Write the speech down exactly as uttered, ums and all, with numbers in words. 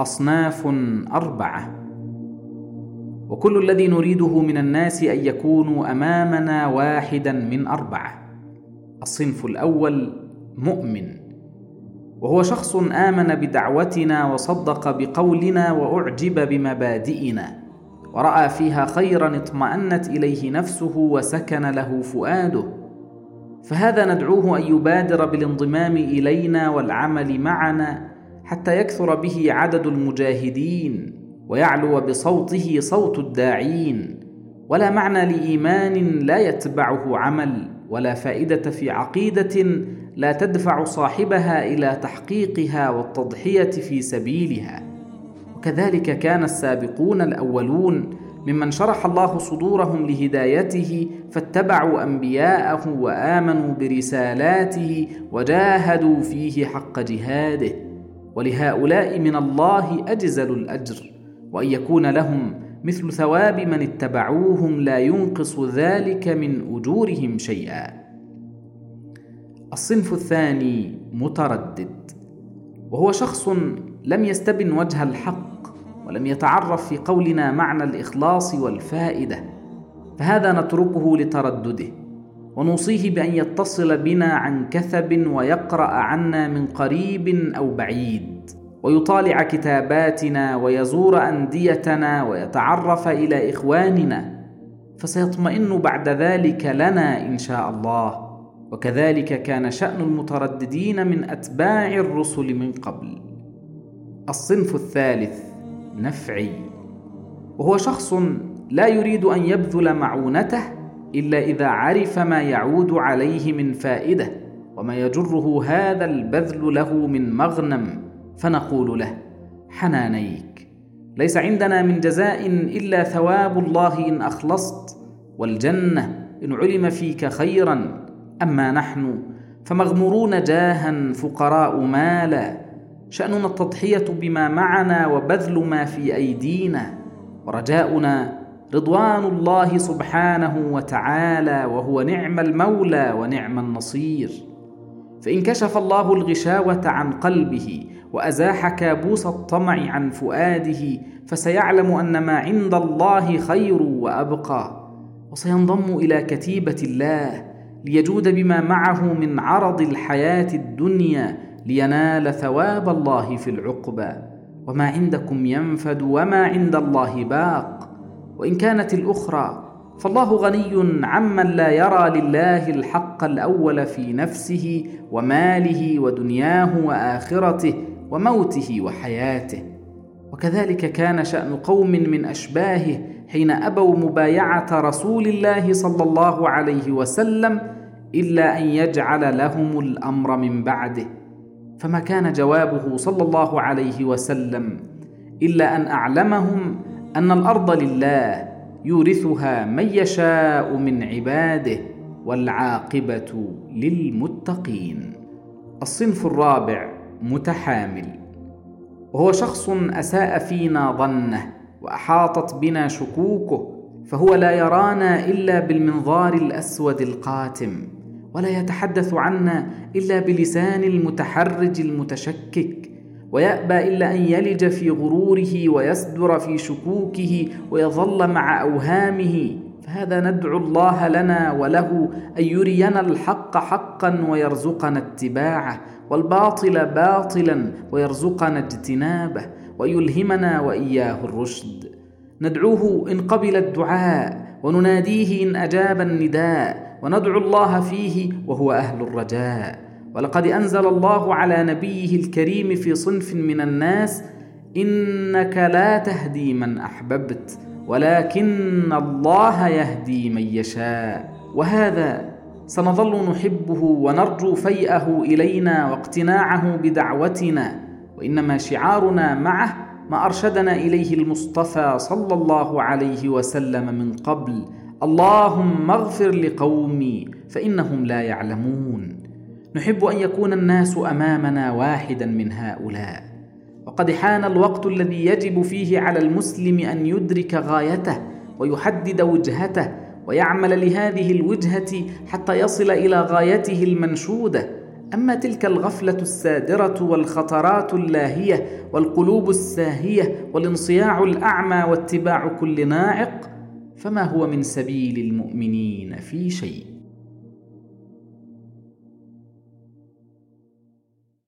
أصناف أربعة، وكل الذي نريده من الناس أن يكونوا أمامنا واحدا من أربعة. الصنف الأول مؤمن، وهو شخص آمن بدعوتنا وصدق بقولنا وأعجب بمبادئنا ورأى فيها خيرا اطمأنت إليه نفسه وسكن له فؤاده، فهذا ندعوه أن يبادر بالانضمام إلينا والعمل معنا حتى يكثر به عدد المجاهدين ويعلو بصوته صوت الداعين. ولا معنى لإيمان لا يتبعه عمل، ولا فائدة في عقيدة لا تدفع صاحبها إلى تحقيقها والتضحية في سبيلها. وكذلك كان السابقون الأولون ممن شرح الله صدورهم لهدايته فاتبعوا أنبياءه وآمنوا برسالاته وجاهدوا فيه حق جهاده، ولهؤلاء من الله أجزل الأجر، وأن يكون لهم مثل ثواب من اتبعوهم لا ينقص ذلك من أجورهم شيئا. الصنف الثاني متردد، وهو شخص لم يستبن وجه الحق ولم يتعرف في قولنا معنى الإخلاص والفائدة، فهذا نتركه لتردده ونوصيه بأن يتصل بنا عن كثب ويقرأ عنا من قريب أو بعيد، ويطالع كتاباتنا ويزور أنديتنا ويتعرف إلى إخواننا، فسيطمئن بعد ذلك لنا إن شاء الله. وكذلك كان شأن المترددين من أتباع الرسل من قبل. الصنف الثالث نفعي، وهو شخص لا يريد أن يبذل معونته إلا إذا عرف ما يعود عليه من فائدة وما يجره هذا البذل له من مغنم، فنقول له: حنانيك، ليس عندنا من جزاء إلا ثواب الله إن أخلصت، والجنة إن علم فيك خيرا. أما نحن فمغمورون جاها فقراء مالا، شأننا التضحية بما معنا وبذل ما في أيدينا، ورجاؤنا رضوان الله سبحانه وتعالى، وهو نعم المولى ونعم النصير. فإن كشف الله الغشاوة عن قلبه وأزاح كابوس الطمع عن فؤاده فسيعلم أن ما عند الله خير وأبقى، وسينضم إلى كتيبة الله ليجود بما معه من عرض الحياة الدنيا لينال ثواب الله في العقبى. وما عندكم ينفد وما عند الله باق. وإن كانت الأخرى فالله غني عمن لا يرى لله الحق الأول في نفسه وماله ودنياه وآخرته وموته وحياته. وكذلك كان شأن قوم من أشباهه حين أبوا مبايعة رسول الله صلى الله عليه وسلم إلا أن يجعل لهم الأمر من بعده، فما كان جوابه صلى الله عليه وسلم إلا أن أعلمهم أن الأرض لله يورثها من يشاء من عباده والعاقبة للمتقين. الصنف الرابع متحامل، وهو شخص أساء فينا ظنه وأحاطت بنا شكوكه، فهو لا يرانا إلا بالمنظار الأسود القاتم، ولا يتحدث عنا إلا بلسان المتحرج المتشكك، ويأبى إلا أن يلج في غروره ويسدر في شكوكه ويظل مع أوهامه. فهذا ندعو الله لنا وله أن يرينا الحق حقا ويرزقنا اتباعه، والباطل باطلا ويرزقنا اجتنابه، ويلهمنا وإياه الرشد. ندعوه إن قبل الدعاء، ونناديه إن أجاب النداء، وندعو الله فيه وهو أهل الرجاء. ولقد أنزل الله على نبيه الكريم في صنف من الناس: إنك لا تهدي من أحببت ولكن الله يهدي من يشاء. وهذا سنظل نحبه ونرجو فيئه إلينا واقتناعه بدعوتنا، وإنما شعارنا معه ما أرشدنا إليه المصطفى صلى الله عليه وسلم من قبل: اللهم اغفر لقومي فإنهم لا يعلمون. نحب أن يكون الناس أمامنا واحدا من هؤلاء، وقد حان الوقت الذي يجب فيه على المسلم أن يدرك غايته ويحدد وجهته ويعمل لهذه الوجهة حتى يصل إلى غايته المنشودة أما تلك الغفلة السادرة والخطرات اللاهية والقلوب الساهية والانصياع الأعمى واتباع كل ناعق، فما هو من سبيل المؤمنين في شيء.